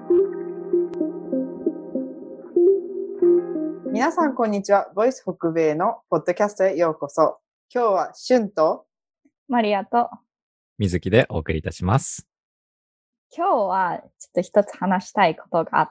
皆さんこんにちは。ボイス北米のポッドキャストへようこそ。今日はシュンとマリアと水木でお送りいたします。 今日はちょっと一つ話したいことがあって、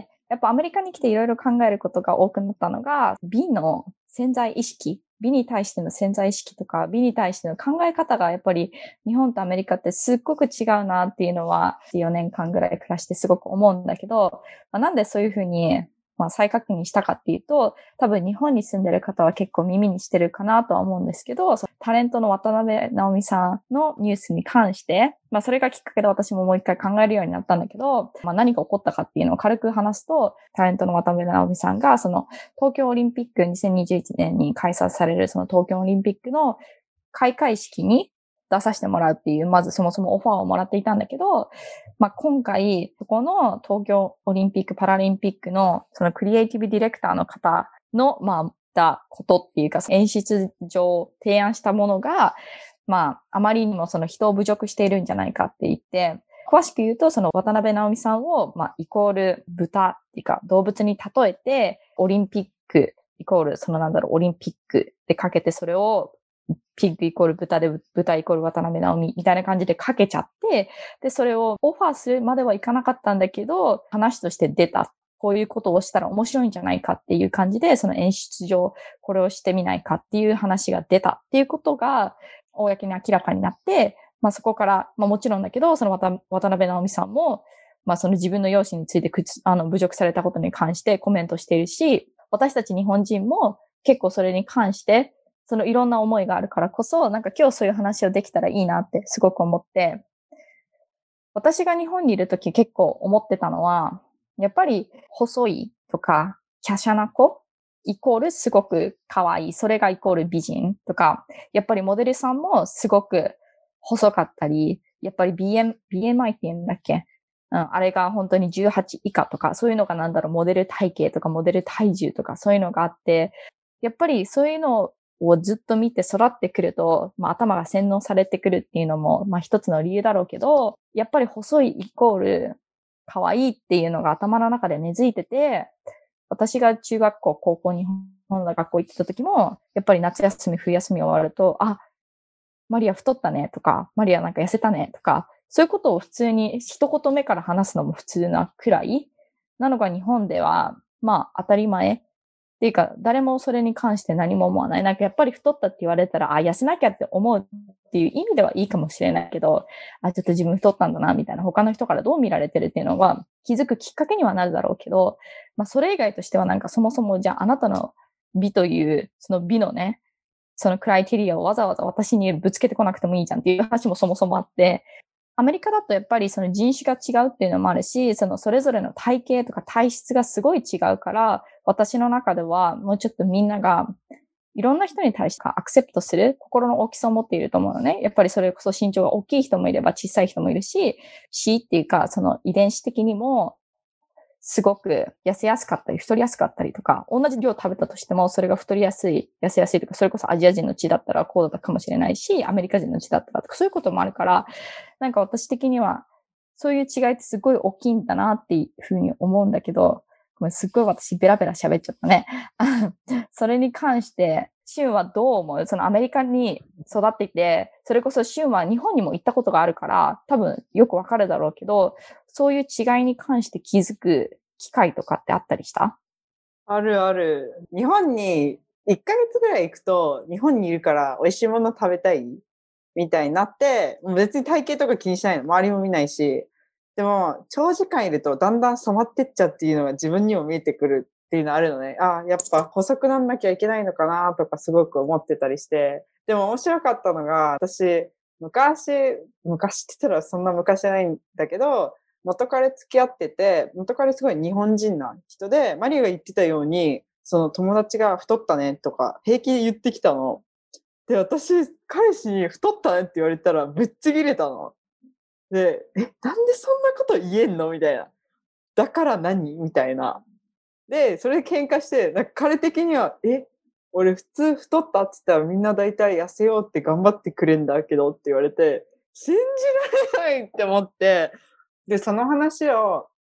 やっぱアメリカに来ていろいろ考えることが多くなったのが、美の潜在意識、美に対しての潜在意識とか、美に対しての考え方がやっぱり日本とアメリカってすっごく違うなっていうのは4年間ぐらい暮らしてすごく思うんだけど、なんでそういうふうに再確認したかっていうと、多分日本に住んでる方は結構耳にしてるかなとは思うんですけど、タレントの渡辺直美さんのニュースに関して、それがきっかけで私ももう一回考えるようになったんだけど、何が起こったかっていうのを軽く話すと、タレントの渡辺直美さんが、その東京オリンピック2021年に開催されるその東京オリンピックの開会式に出させてもらうっていう、まずそもそもオファーをもらっていたんだけど、今回、そこの東京オリンピック・パラリンピックのそのクリエイティブディレクターの方の、たことっていうか、演出上提案したものが、あまりにもその人を侮辱しているんじゃないかって言って、詳しく言うと、その渡辺直美さんを、イコール豚っていうか動物に例えて、オリンピックイコール、オリンピックでかけてそれをピッグイコール豚で豚イコール渡辺直美みたいな感じでかけちゃって、で、それをオファーするまではいかなかったんだけど、話として出た。こういうことをしたら面白いんじゃないかっていう感じで、その演出上これをしてみないかっていう話が出たっていうことが、公に明らかになって、そこから、もちろんだけど、その渡辺直美さんも、その自分の容姿について侮辱されたことに関してコメントしているし、私たち日本人も結構それに関して、そのいろんな思いがあるからこそ、今日そういう話をできたらいいなってすごく思って、私が日本にいるとき結構思ってたのは、やっぱり細いとか、華奢な子イコールすごく可愛い。それがイコール美人とか、やっぱりモデルさんもすごく細かったり、やっぱり BMI って言うんだっけ、あれが本当に18以下とか、そういうのがモデル体型とかモデル体重とかそういうのがあって、やっぱりそういうのをずっと見て育ってくると、頭が洗脳されてくるっていうのも、一つの理由だろうけど、やっぱり細いイコール可愛いっていうのが頭の中で根付いてて、私が中学校、高校、日本の学校行ってた時も、やっぱり夏休み、冬休み終わると、マリア太ったねとか、マリアなんか痩せたねとか、そういうことを普通に一言目から話すのも普通なくらいなのが日本では、当たり前っていうか、誰もそれに関して何も思わない。やっぱり太ったって言われたら、痩せなきゃって思うっていう意味ではいいかもしれないけど、ちょっと自分太ったんだな、みたいな、他の人からどう見られてるっていうのが気づくきっかけにはなるだろうけど、それ以外としてはそもそもじゃああなたの美という、その美のね、そのクライテリアをわざわざ私にぶつけてこなくてもいいじゃんっていう話もそもそもあって、アメリカだとやっぱりその人種が違うっていうのもあるし、それぞれの体型とか体質がすごい違うから、私の中ではもうちょっとみんながいろんな人に対してアクセプトする心の大きさを持っていると思うのね。やっぱりそれこそ身長が大きい人もいれば小さい人もいるし、死っていうかその遺伝子的にもすごく痩せやすかったり太りやすかったりとか、同じ量食べたとしてもそれが太りやすい、痩せやすいとか、それこそアジア人の血だったらこうだったかもしれないし、アメリカ人の血だったらとか、そういうこともあるから、私的にはそういう違いってすごい大きいんだなっていうふうに思うんだけど、ごめん、すっごい私ベラベラ喋っちゃったね。それに関して、シュンはどう思う？そのアメリカに育っていて、それこそシュンは日本にも行ったことがあるから、多分よくわかるだろうけど、そういう違いに関して気づく機会とかってあったりした？ あるある。日本に1ヶ月ぐらい行くと、日本にいるから美味しいもの食べたいみたいになって、もう別に体型とか気にしないの。周りも見ないし。でも、長時間いるとだんだん染まってっちゃうっていうのが自分にも見えてくるっていうのあるのね。やっぱ細くなんなきゃいけないのかなとかすごく思ってたりして。でも面白かったのが、私、昔って言ったらそんな昔じゃないんだけど、元彼付き合ってて、元彼すごい日本人な人で、マリアが言ってたように、その友達が太ったねとか平気で言ってきたの。で、私、彼氏に太ったねって言われたらぶっちぎれたの。で、なんでそんなこと言えんのみたいな。だから何みたいな。で、それで喧嘩して、彼的には、俺普通太ったって言ったらみんな大体痩せようって頑張ってくれんだけどって言われて、信じられないって思って、で、その話を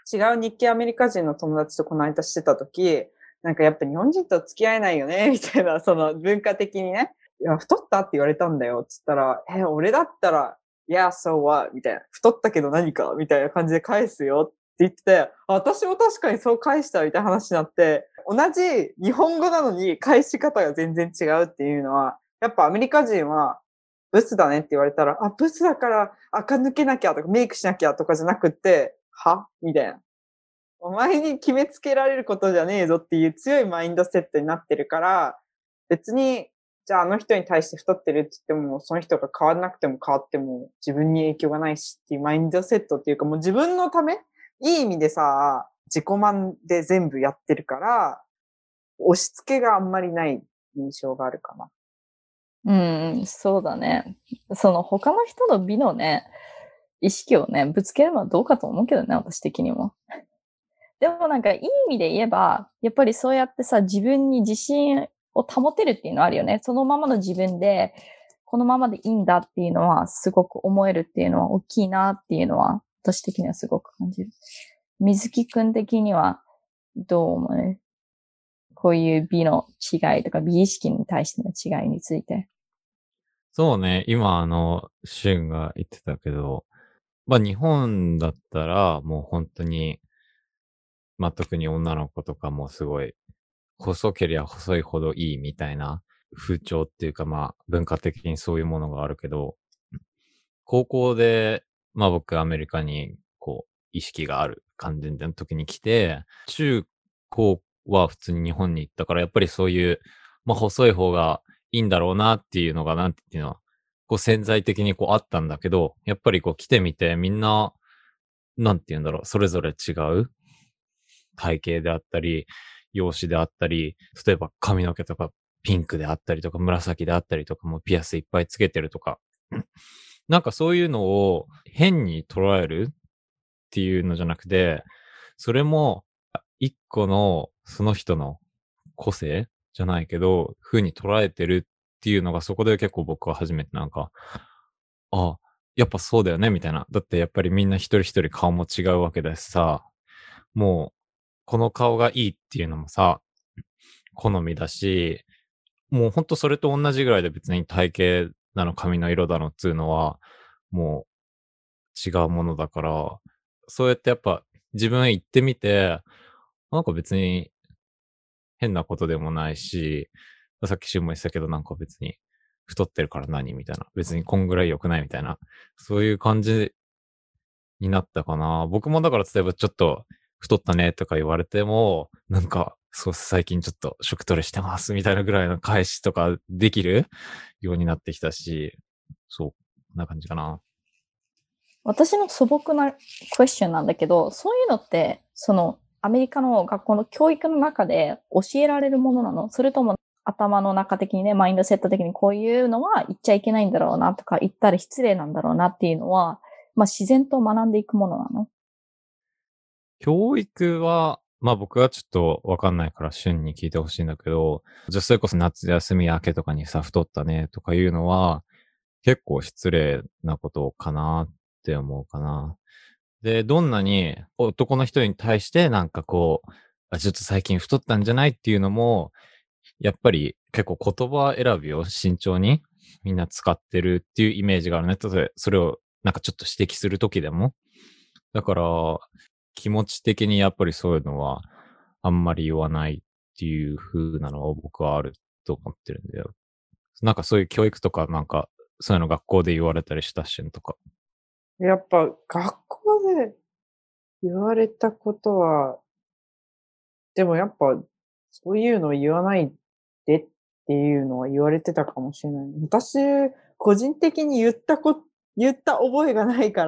違う日系アメリカ人の友達とこの間してた時、なんかやっぱ日本人と付き合えないよねみたいな、その文化的にね、いや太ったって言われたんだよっつったら、俺だったら、いや、so what? みたいな、太ったけど何かみたいな感じで返すよって言ってて、私も確かにそう返したみたいな話になって、同じ日本語なのに返し方が全然違うっていうのは、やっぱアメリカ人はブスだねって言われたら、ブスだから垢抜けなきゃとかメイクしなきゃとかじゃなくって、みたいな。お前に決めつけられることじゃねえぞっていう強いマインドセットになってるから、別に、じゃああの人に対して太ってるって言っても、その人が変わらなくても変わっても自分に影響がないしっていうマインドセットっていうか、もう自分のため、いい意味でさ、自己満で全部やってるから、押し付けがあんまりない印象があるかな。 そうだね。その他の人の美のね、意識をね、ぶつけるのはどうかと思うけどね、私的にも。でもなんかいい意味で言えば、やっぱりそうやってさ、自分に自信を保てるっていうのはあるよね。そのままの自分で、このままでいいんだっていうのはすごく思えるっていうのは大きいなっていうのは、私的にはすごく感じる。水木くん的にはどう思う？こういう美の違いとか美意識に対しての違いについて。 そうね、今シュンが言ってたけど、日本だったらもう本当に、特に女の子とかもすごい、細けりゃ細いほどいいみたいな風潮っていうか文化的にそういうものがあるけど、高校で、僕アメリカに意識がある感じの時に来て、中高は普通に日本に行ったから、やっぱりそういう、細い方がいいんだろうなっていうのが、なんていうのは、潜在的にあったんだけど、やっぱり来てみてみんな、なんて言うんだろう、それぞれ違う体型であったり、容姿であったり、例えば髪の毛とかピンクであったりとか、紫であったりとか、もうピアスいっぱいつけてるとか、なんかそういうのを変に捉えるっていうのじゃなくて、それも一個のその人の個性じゃないけど、風に捉えてるっていうのがそこで結構僕は初めてなんか、あ、やっぱそうだよねみたいな。だってやっぱりみんな一人一人顔も違うわけだしさ、もうこの顔がいいっていうのもさ、好みだし、もうほんとそれと同じぐらいで別に体型なの髪の色だのっつうのは、もう違うものだから、そうやってやっぱ自分行ってみて、なんか別に変なことでもないし、さっきシュンも言ってたけどなんか別に太ってるから何みたいな。別にこんぐらい良くないみたいな。そういう感じになったかな。僕もだから例えばちょっと太ったねとか言われても、なんか、そう最近ちょっと食トレしてますみたいなぐらいの返しとかできるようになってきたし、そう、こんな感じかな。 私の素朴なクエスチョンなんだけど、そういうのって、そのアメリカの学校の教育の中で教えられるものなの？それとも頭の中的にね、マインドセット的にこういうのは言っちゃいけないんだろうなとか、言ったら失礼なんだろうなっていうのは、自然と学んでいくものなの？ 教育は、僕はちょっとわかんないから旬に聞いてほしいんだけど、じゃあそれこそ夏休み明けとかにさ、太ったねとかいうのは、結構失礼なことかなって思うかな。で、どんなに男の人に対してなんかちょっと最近太ったんじゃないっていうのも、やっぱり結構言葉選びを慎重にみんな使ってるっていうイメージがあるね。例えばそれをなんかちょっと指摘するときでも。だから、気持ち的にやっぱりそういうのはあんまり言わないっていう風なのは僕はあると思ってるんだよ。なんかそういう教育とかなんか、そういうの学校で言われたりしたしんとか。 やっぱ学校で言われたことは、でもやっぱそういうのを言わないでっていうのは言われてたかもしれない。私、個人的に言った覚えがないから、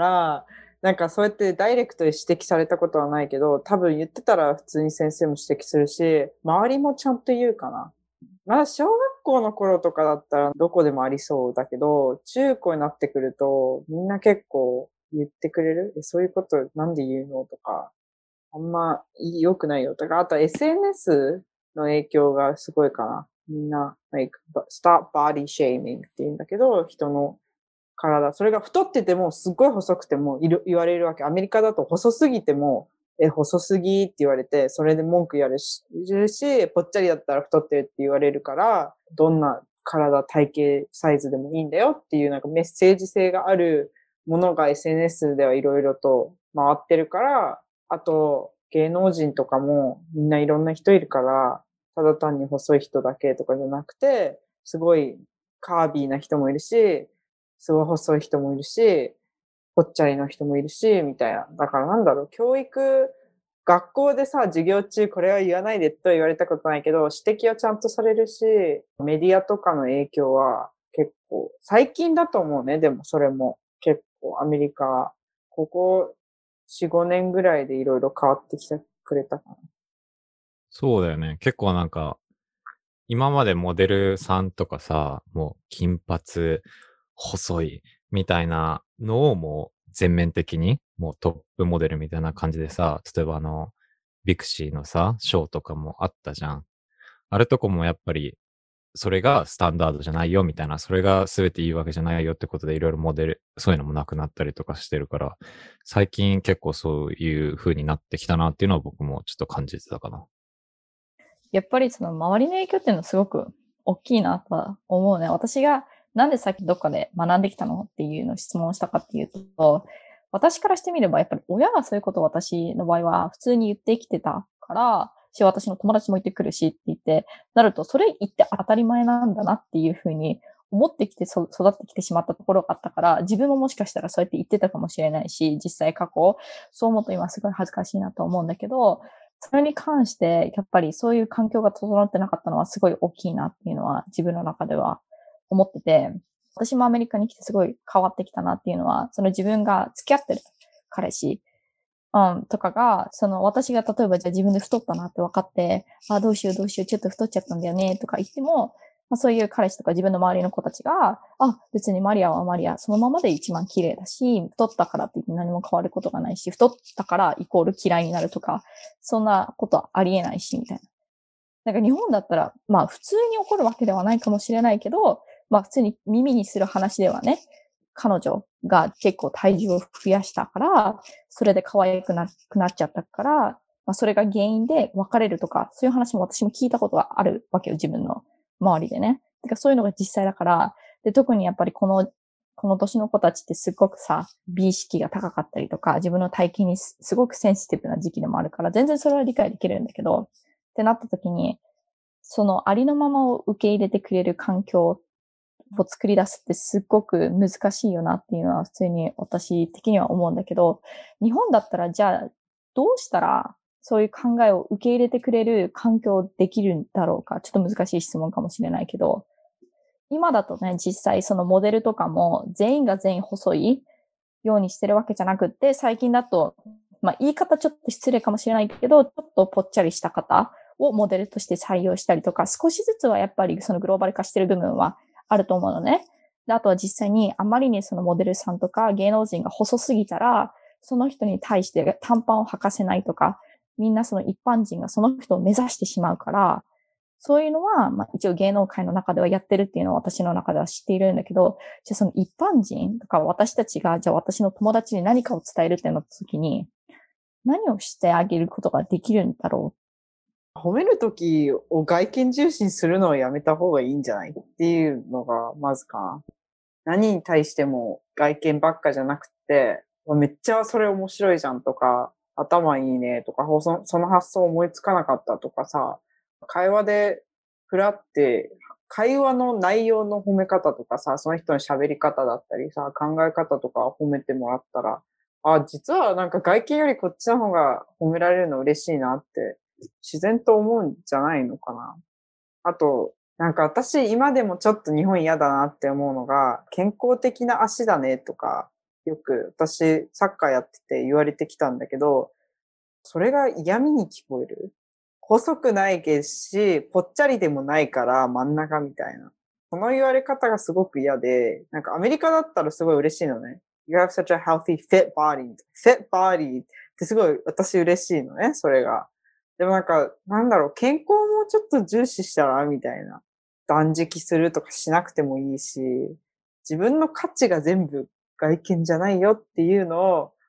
なんかそうやってダイレクトで指摘されたことはないけど、多分言ってたら普通に先生も指摘するし、周りもちゃんと言うかな。まだ小学校の頃とかだったらどこでもありそうだけど、中高になってくるとみんな結構言ってくれる？そういうことなんで言うのとか、あんま良くないよとか、あと SNS の影響がすごいかな。みんな、stop body shaming って言うんだけど、人の体。それが太ってても、すっごい細くても言われるわけ。アメリカだと細すぎても細すぎって言われて、それで文句言われるし、ぽっちゃりだったら太ってるって言われるから、どんな体型サイズでもいいんだよっていうなんかメッセージ性があるものが SNS ではいろいろと回ってるから、あと芸能人とかもみんないろんな人いるから、ただ単に細い人だけとかじゃなくて、すごいカービーな人もいるし、すごい細い人もいるし、ぽっちゃりの人もいるし、みたいな。だからなんだろう、学校でさ、授業中これは言わないでと言われたことないけど、指摘はちゃんとされるし、メディアとかの影響は結構、最近だと思うね、でもそれも結構アメリカ、ここ4、5年ぐらいでいろいろ変わってきてくれたかな。 そうだよね。結構なんか、今までモデルさんとかさ、もう金髪、細いみたいなのをもう全面的に、もうトップモデルみたいな感じでさ、例えばビクシーのさ、ショーとかもあったじゃん。あれとかもやっぱり、それがスタンダードじゃないよみたいな、それが全ていいわけじゃないよってことでいろいろモデル、そういうのもなくなったりとかしてるから、最近結構そういう風になってきたなっていうのは僕もちょっと感じてたかな。 やっぱりその周りの影響っていうのはすごく大きいなとは思うね。私がなんでさっきどっかで学んできたのっていうのを質問したかっていうと、私からしてみればやっぱり親がそういうことを私の場合は普通に言ってきてたから、私の友達も言ってくるしって言って、なるとそれ言って当たり前なんだなっていうふうに思ってきて育ってきてしまったところがあったから、自分ももしかしたらそうやって言ってたかもしれないし、実際過去、そう思うと今すごい恥ずかしいなと思うんだけど、それに関して、やっぱりそういう環境が整ってなかったのはすごい大きいなっていうのは自分の中では思ってて、私もアメリカに来てすごい変わってきたなっていうのは、その自分が付き合ってる彼氏、とかが、その私が例えばじゃあ自分で太ったなって分かって、どうしようどうしよう、ちょっと太っちゃったんだよねとか言っても、そういう彼氏とか自分の周りの子たちが、別にマリアはマリア、そのままで一番綺麗だし、太ったからって言って何も変わることがないし、太ったからイコール嫌いになるとか、そんなことはありえないし、みたいな。なんか日本だったら、普通に起こるわけではないかもしれないけど、普通に耳にする話ではね、彼女が結構体重を増やしたから、それで可愛くなっちゃったから、それが原因で別れるとか、そういう話も私も聞いたことがあるわけよ、自分の周りでね。てかそういうのが実際だから、で、特にやっぱりこの年の子たちってすっごくさ、美意識が高かったりとか、自分の体型にすごくセンシティブな時期でもあるから、全然それは理解できるんだけど、ってなった時に、そのありのままを受け入れてくれる環境を作り出すってすっごく難しいよなっていうのは普通に私的には思うんだけど、日本だったらじゃあどうしたらそういう考えを受け入れてくれる環境できるんだろうか。ちょっと難しい質問かもしれないけど、今だとね、実際そのモデルとかも全員が全員細いようにしてるわけじゃなくって、最近だと、言い方ちょっと失礼かもしれないけど、ちょっとぽっちゃりした方をモデルとして採用したりとか、少しずつはやっぱりそのグローバル化してる部分はあると思うのね。で、あとは実際にあまりにそのモデルさんとか芸能人が細すぎたら、その人に対して短パンを履かせないとか、みんなその一般人がその人を目指してしまうから、そういうのは、一応芸能界の中ではやってるっていうのは私の中では知っているんだけど、じゃあその一般人とか私たちが、じゃあ私の友達に何かを伝えるってなった時に、何をしてあげることができるんだろ褒めるときを外見重視にするのはやめた方がいいんじゃないっていうのがまずかな。何に対しても外見ばっかじゃなくて、めっちゃそれ面白いじゃんとか、頭いいねとか、その発想思いつかなかったとかさ、会話で振らって、会話の内容の褒め方とかさ、その人の喋り方だったりさ、考え方とか褒めてもらったら、実はなんか外見よりこっちの方が褒められるの嬉しいなって自然と思うんじゃないのかな。あと、なんか私今でもちょっと日本嫌だなって思うのが、健康的な足だねとか、よく私サッカーやってて言われてきたんだけど、それが嫌味に聞こえる。細くないし、ぽっちゃりでもないから真ん中みたいな。その言われ方がすごく嫌で、なんかアメリカだったらすごい嬉しいのね。You have such a healthy fit body. Fit body ってすごい私嬉しいのね、それが。でもなんか、なんだろう、健康もちょっと重視したらみたいな。断食するとかしなくてもいいし、自分の価値が全部外見じゃないよっていうのを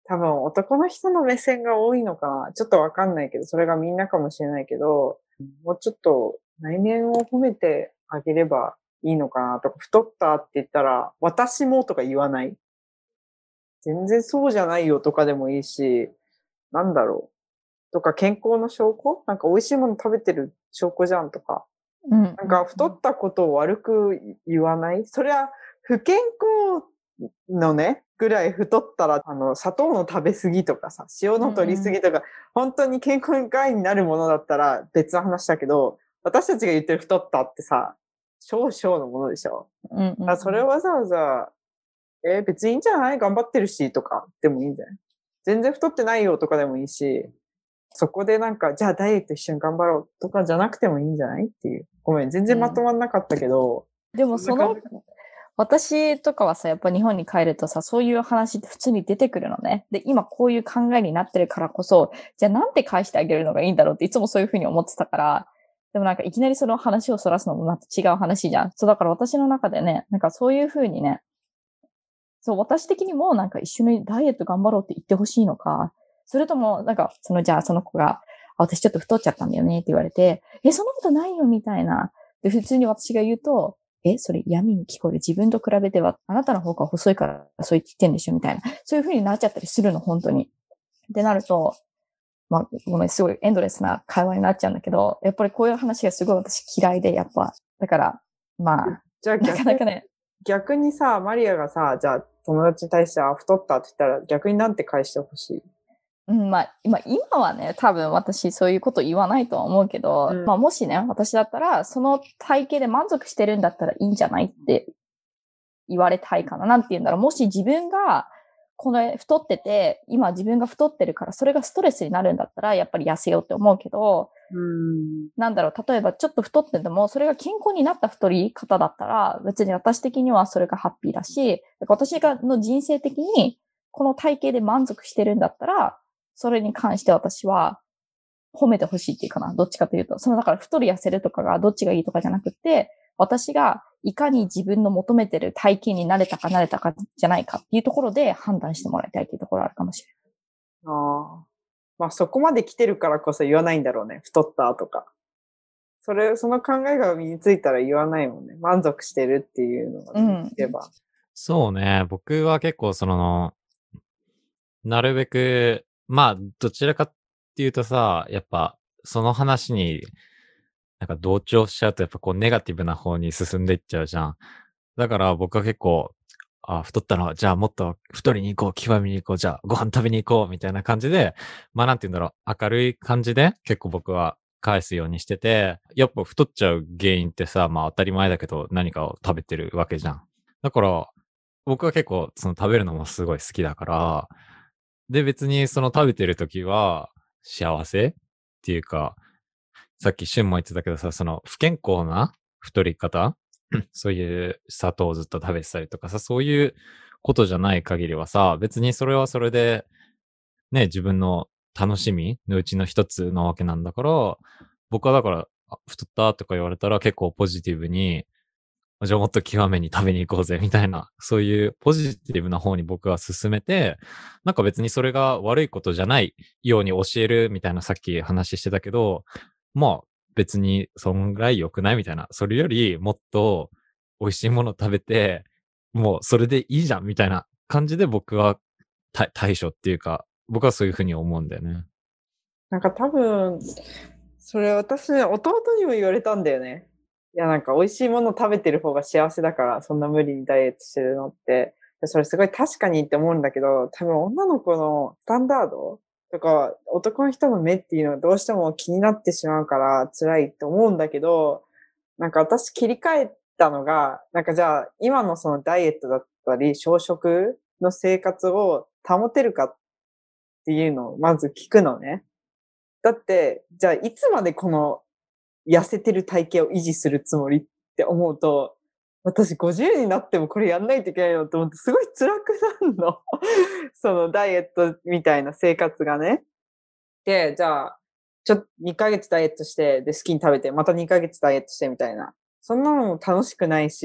多分男の人の目線が多いのかな。ちょっとわかんないけど、それがみんなかもしれないけど、もうちょっと内面を褒めてあげればいいのかなとか、太ったって言ったら、私もとか言わない。全然そうじゃないよとかでもいいし、なんだろう。とか健康の証拠なんか美味しいもの食べてる証拠じゃんとか。なんか太ったことを悪く言わない。それは不健康のね、ぐらい太ったら、砂糖の食べ過ぎとかさ、塩の取り過ぎとか、本当に健康外になるものだったら別の話だけど、私たちが言ってる太ったってさ、少々のものでしょ。だからそれをわざわざ、別にいいんじゃない頑張ってるし、とかでもいいんじゃない全然太ってないよとかでもいいし、そこでなんか、じゃあダイエット一緒に頑張ろうとかじゃなくてもいいんじゃないっていう。ごめん、全然まとまんなかったけど。 でも私とかはさ、やっぱ日本に帰るとさ、そういう話って普通に出てくるのね。で、今こういう考えになってるからこそ、じゃあなんて返してあげるのがいいんだろうっていつもそういうふうに思ってたから、でもなんかいきなりその話をそらすのもまた違う話じゃん。そうだから私の中でね、なんかそういうふうにね、そう、私的にもなんか一緒にダイエット頑張ろうって言ってほしいのか、それとも、なんか、じゃあその子が、私ちょっと太っちゃったんだよねって言われて、そんなことないよみたいな。で、普通に私が言うと、それ闇に聞こえる。自分と比べては、あなたの方が細いからそう言ってんでしょみたいな。そういう風になっちゃったりするの、本当に。ってなると、まあ、ごめん、すごいエンドレスな会話になっちゃうんだけど、やっぱりこういう話がすごい私嫌いで、やっぱ、だから、まあ、 じゃあなかなかね。 逆にさ、マリアがさ、じゃあ友達に対して、太ったって言ったら逆になんて返してほしいまあ、今はね、多分私そういうこと言わないとは思うけど、まあもしね、私だったら、その体型で満足してるんだったらいいんじゃないって言われたいかな。なんて言うんだろう。もし自分が、この太ってて、今自分が太ってるから、それがストレスになるんだったら、やっぱり痩せようって思うけど、なんだろう、例えばちょっと太ってても、それが健康になった太り方だったら、別に私的にはそれがハッピーだし、私の人生的に、この体型で満足してるんだったら、それに関して私は褒めてほしいっていうかな。どっちかというと。だから太る痩せるとかがどっちがいいとかじゃなくて、私がいかに自分の求めてる体型になれたかじゃないかっていうところで判断してもらいたいっていうところあるかもしれない。まあそこまで来てるからこそ言わないんだろうね。太ったとか。その考えが身についたら言わないもんね。満足してるっていうのが身につけば。 そうね。僕は結構なるべく、まあ、どちらかっていうとさ、やっぱ、その話に、なんか同調しちゃうと、やっぱこう、ネガティブな方に進んでいっちゃうじゃん。だから僕は結構、太ったのは、じゃあもっと太りに行こう、極みに行こう、じゃあご飯食べに行こう、みたいな感じで、まあなんて言うんだろう、明るい感じで結構僕は返すようにしてて、やっぱ太っちゃう原因ってさ、まあ当たり前だけど何かを食べてるわけじゃん。だから、僕は結構その食べるのもすごい好きだから、で別にその食べてる時は幸せっていうか、さっきシュンも言ってたけどさ、その不健康な太り方そういう砂糖をずっと食べてたりとかさ、そういうことじゃない限りはさ、別にそれはそれで、ね、自分の楽しみのうちの一つなわけなんだから、僕はだから、太ったとか言われたら結構ポジティブに、じゃあもっと極めに食べに行こうぜ、みたいな、そういうポジティブな方に僕は進めて、なんか別にそれが悪いことじゃないように教えるみたいなさっき話してたけど、まあ別にそんぐらい良くないみたいな、それよりもっと美味しいもの食べて、もうそれでいいじゃんみたいな感じで僕は対処っていうか、僕はそういうふうに思うんだよね。 なんか多分、それ私ね、弟にも言われたんだよね。いや、なんか美味しいもの食べてる方が幸せだから、そんな無理にダイエットしてるのって。それすごい確かにって思うんだけど、多分女の子のスタンダードとか、男の人の目っていうのはどうしても気になってしまうから辛いって思うんだけど、なんか私切り替えたのが、なんかじゃあ今のそのダイエットだったり、小食の生活を保てるかっていうのをまず聞くのね。だって、じゃあいつまでこの痩せてる体型を維持するつもりって思うと、私50になってもこれやんないといけないのと思ってすごい辛くなるの。そのダイエットみたいな生活がね。で、じゃあ、2ヶ月ダイエットして、で、好きに食べて、また2ヶ月ダイエットしてみたいな。そんなのも楽しくないし、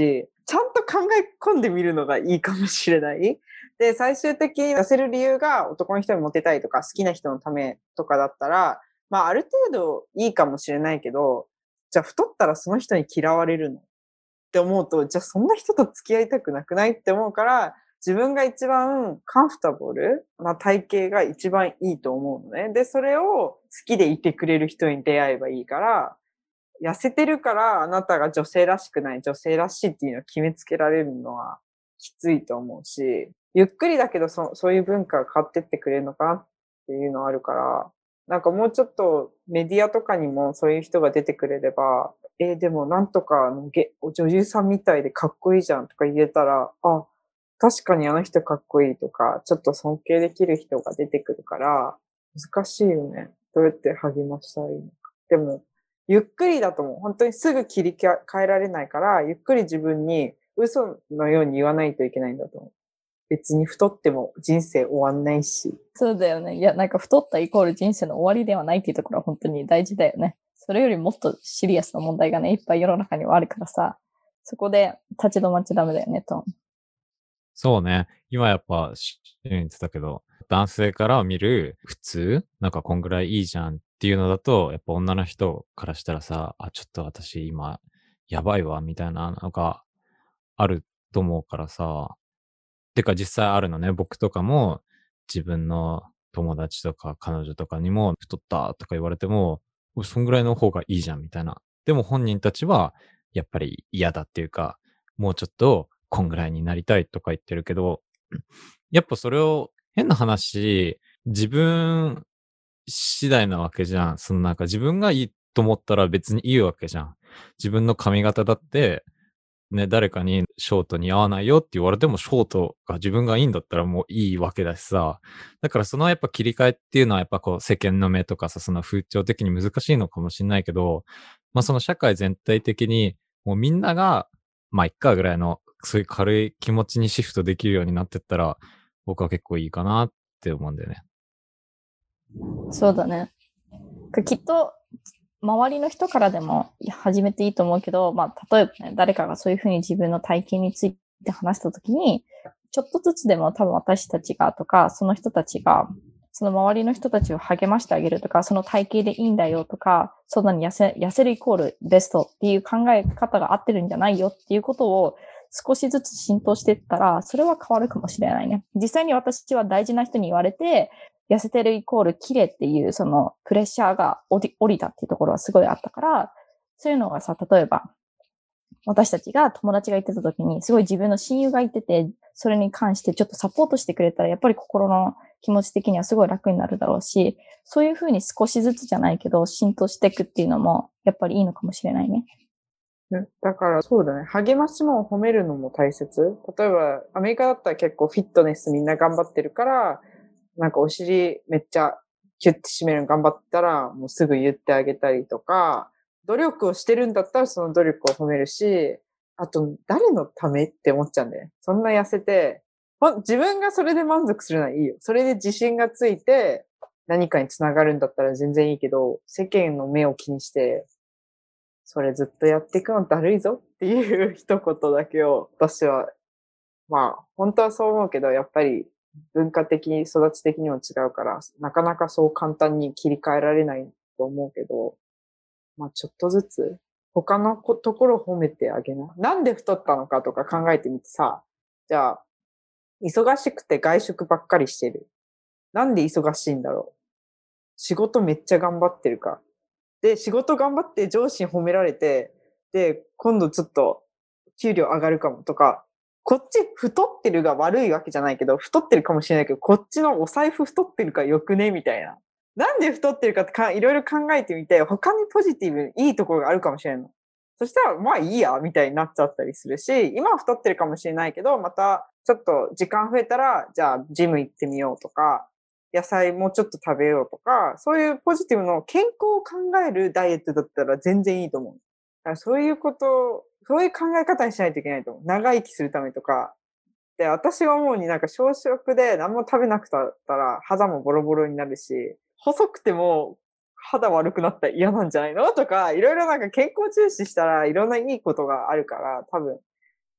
ちゃんと考え込んでみるのがいいかもしれない。で、最終的に出せる理由が男の人にモテたいとか好きな人のためとかだったら、まあある程度いいかもしれないけど、じゃあ太ったらその人に嫌われるのって思うと、じゃあそんな人と付き合いたくなくないって思うから、自分が一番カンフタボルな体型が一番いいと思うのね。で、それを好きでいてくれる人に出会えばいいから、痩せてるからあなたが女性らしくない、女性らしいっていうのを決めつけられるのはきついと思うし、ゆっくりだけどそういう文化が変わってってくれるのかなっていうのはあるから、なんかもうちょっとメディアとかにもそういう人が出てくれれば、でもなんとか女優さんみたいでかっこいいじゃんとか言えたら、あ、確かにあの人かっこいいとか、ちょっと尊敬できる人が出てくるから、難しいよね。どうやって励ましたらいいのか。でも、ゆっくりだと思う。本当にすぐ切り替えられないから、ゆっくり自分に嘘のように言わないといけないんだと思う。別に太っても人生終わんないし。 そうだよね。いや、なんか太ったイコール人生の終わりではないっていうところは本当に大事だよね。それよりもっとシリアスな問題がね、いっぱい世の中にはあるからさ、そこで立ち止まっちゃダメだよね、と。 そうね。今やっぱ、言ってたけど、男性から見る普通なんかこんぐらいいいじゃんっていうのだと、やっぱ女の人からしたらさ、あ、ちょっと私今、やばいわ、みたいなのがあると思うからさ。てか実際あるのね。僕とかも、自分の友達とか彼女とかにも、太ったとか言われても、そんぐらいの方がいいじゃん、みたいな。でも本人たちは、やっぱり嫌だっていうか、もうちょっと、こんぐらいになりたいとか言ってるけど、やっぱそれを、変な話、自分次第なわけじゃん。そのなんか自分がいいと思ったら別にいいわけじゃん。自分の髪型だって、ね、誰かにショート似合わないよって言われてもショートが自分がいいんだったらもういいわけだしさ。だからそのやっぱ切り替えっていうのはやっぱこう世間の目とかさ、その風潮的に難しいのかもしれないけど、まあその社会全体的にもうみんなが、まあいっかぐらいのそういう軽い気持ちにシフトできるようになってったら、僕は結構いいかなって思うんだよね。 そうだね。きっと、周りの人からでも始めていいと思うけど、まあ、例えばね、誰かがそういうふうに自分の体型について話したときに、ちょっとずつでも多分私たちがとか、その人たちが、その周りの人たちを励ましてあげるとか、その体型でいいんだよとか、そんなに痩せるイコールベストっていう考え方が合ってるんじゃないよっていうことを少しずつ浸透していったら、それは変わるかもしれないね。実際に私は大事な人に言われて、痩せてるイコール綺麗っていうそのプレッシャーが降りたっていうところはすごいあったから、そういうのがさ、例えば私たちが友達が言ってた時に、すごい自分の親友が言ってて、それに関してちょっとサポートしてくれたら、やっぱり心の気持ち的にはすごい楽になるだろうし、そういうふうに少しずつじゃないけど、浸透していくっていうのも、やっぱりいいのかもしれないね。 だからそうだね。励ましも褒めるのも大切。例えば、アメリカだったら結構フィットネスみんな頑張ってるから、なんかお尻めっちゃキュッて締めるの頑張ったら、もうすぐ言ってあげたりとか、努力をしてるんだったらその努力を褒めるし、あと誰のためって思っちゃうんだよね。そんな痩せて、自分がそれで満足するのはいいよ。それで自信がついて何かにつながるんだったら全然いいけど、世間の目を気にして、それずっとやっていくのだるいぞっていう一言だけを私は、まあ本当はそう思うけど、やっぱり文化的に育ち的にも違うから、なかなかそう簡単に切り替えられないと思うけど、まあちょっとずつ他のところを褒めてあげな。なんで太ったのかとか考えてみてさ、じゃあ、忙しくて外食ばっかりしてる。なんで忙しいんだろう。仕事めっちゃ頑張ってるか。で、仕事頑張って上司に褒められて、で、今度ちょっと給料上がるかもとか、こっち太ってるが悪いわけじゃないけど、太ってるかもしれないけど、こっちのお財布太ってるからよくねみたいな。なんで太ってるかっていろいろ考えてみて、他にポジティブいいところがあるかもしれないの。そしたら、まあいいや、みたいになっちゃったりするし、今は太ってるかもしれないけど、またちょっと時間増えたら、じゃあジム行ってみようとか、野菜もうちょっと食べようとか、そういうポジティブの健康を考えるダイエットだったら全然いいと思う。だからそういうこと、そういう考え方にしないといけないと思う。長生きするためとか。で、私が思うになんか小食で何も食べなくたら肌もボロボロになるし、細くても肌悪くなったら嫌なんじゃないのとか、いろいろなんか健康重視したらいろんないいことがあるから、多分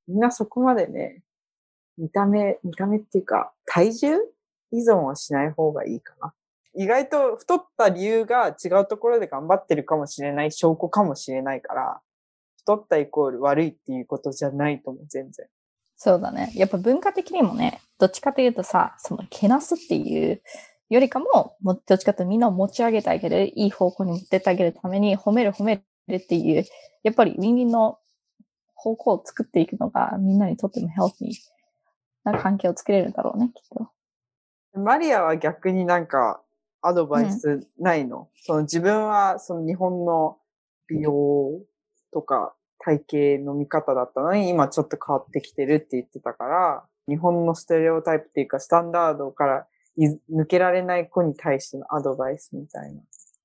みんなそこまでね、見た目っていうか、体重依存はしない方がいいかな。意外と太った理由が違うところで頑張ってるかもしれない証拠かもしれないから、太ったイコール悪いっていうことじゃないと思う、全然。 そうだね。やっぱ文化的にもね、どっちかというとさ、そのけなすっていうよりかも、どっちかというとみんなを持ち上げてあげる、いい方向に持ってってあげるために褒めるっていう、やっぱりウィンウィンの方向を作っていくのがみんなにとってもヘルシーな関係を作れるんだろうね、きっと。 マリアは逆になんかアドバイスないの？その自分はその日本の美容とか体型の見方だったのに今ちょっと変わってきてるって言ってたから、日本のステレオタイプっていうかスタンダードから抜けられない子に対してのアドバイスみたいな。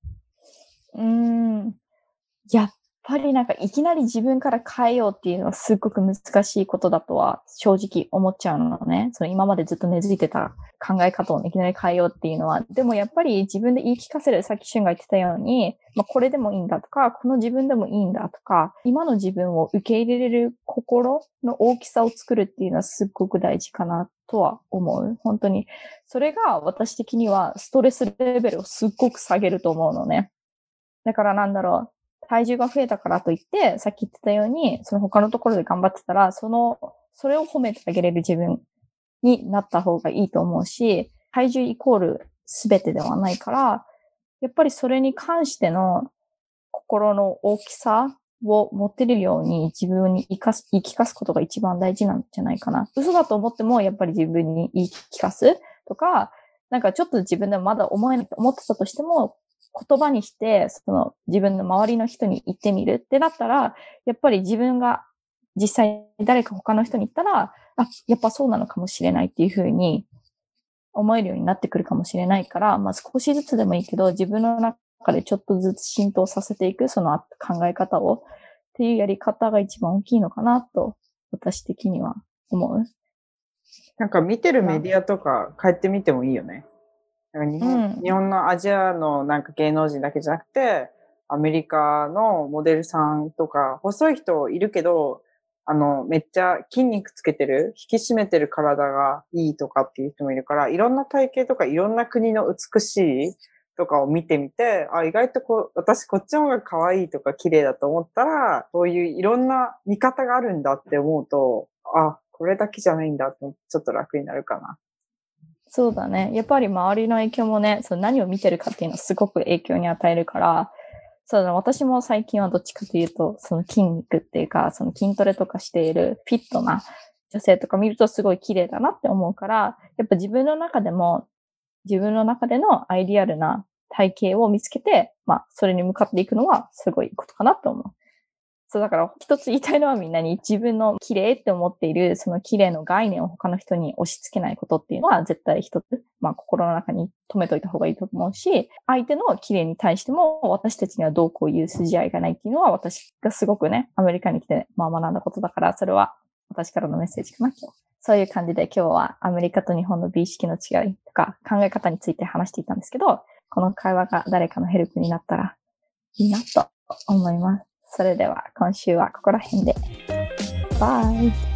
やっぱりなんかいきなり自分から変えようっていうのはすっごく難しいことだとは正直思っちゃうのね。その今までずっと根付いてた考え方をいきなり変えようっていうのは。でもやっぱり自分で言い聞かせる、さっきシュンが言ってたように、これでもいいんだとか、この自分でもいいんだとか、今の自分を受け入れれる心の大きさを作るっていうのはすっごく大事かなとは思う。本当に。それが私的にはストレスレベルをすっごく下げると思うのね。だからなんだろう。体重が増えたからといって、さっき言ってたように、その他のところで頑張ってたら、それを褒めてあげれる自分になった方がいいと思うし、体重イコール全てではないから、やっぱりそれに関しての心の大きさを持ってるように自分に言い聞かすことが一番大事なんじゃないかな。嘘だと思っても、やっぱり自分に言い聞かすとか、なんかちょっと自分でもまだ思ってたとしても、言葉にして、その自分の周りの人に言ってみるってなったら、やっぱり自分が実際誰か他の人に言ったら、やっぱそうなのかもしれないっていうふうに思えるようになってくるかもしれないから、少しずつでもいいけど、自分の中でちょっとずつ浸透させていく、その考え方をっていうやり方が一番大きいのかなと、私的には思う。 なんか見てるメディアとか変えてみてもいいよね。日本のアジアのなんか芸能人だけじゃなくて、アメリカのモデルさんとか、細い人いるけど、めっちゃ筋肉つけてる、引き締めてる体がいいとかっていう人もいるから、いろんな体型とかいろんな国の美しいとかを見てみて、意外と私こっちの方が可愛いとか綺麗だと思ったら、そういういろんな見方があるんだって思うと、これだけじゃないんだってちょっと楽になるかな。 そうだね。やっぱり周りの影響もね、その何を見てるかっていうのはすごく影響に与えるから、私も最近はどっちかというと、その筋肉っていうか、その筋トレとかしているフィットな女性とか見るとすごい綺麗だなって思うから、やっぱ自分の中でのアイディアルな体型を見つけて、それに向かっていくのはすごいいいことかなと思う。そうだから一つ言いたいのはみんなに自分の綺麗って思っているその綺麗の概念を他の人に押し付けないことっていうのは絶対一つ、心の中に留めといた方がいいと思うし、相手の綺麗に対しても私たちにはどうこういう筋合いがないっていうのは私がすごくね、アメリカに来て学んだことだから、それは私からのメッセージかな今日。そういう感じで今日はアメリカと日本の美意識の違いとか考え方について話していたんですけど、この会話が誰かのヘルプになったらいいなと思います。それでは今週はここら辺で。バイ。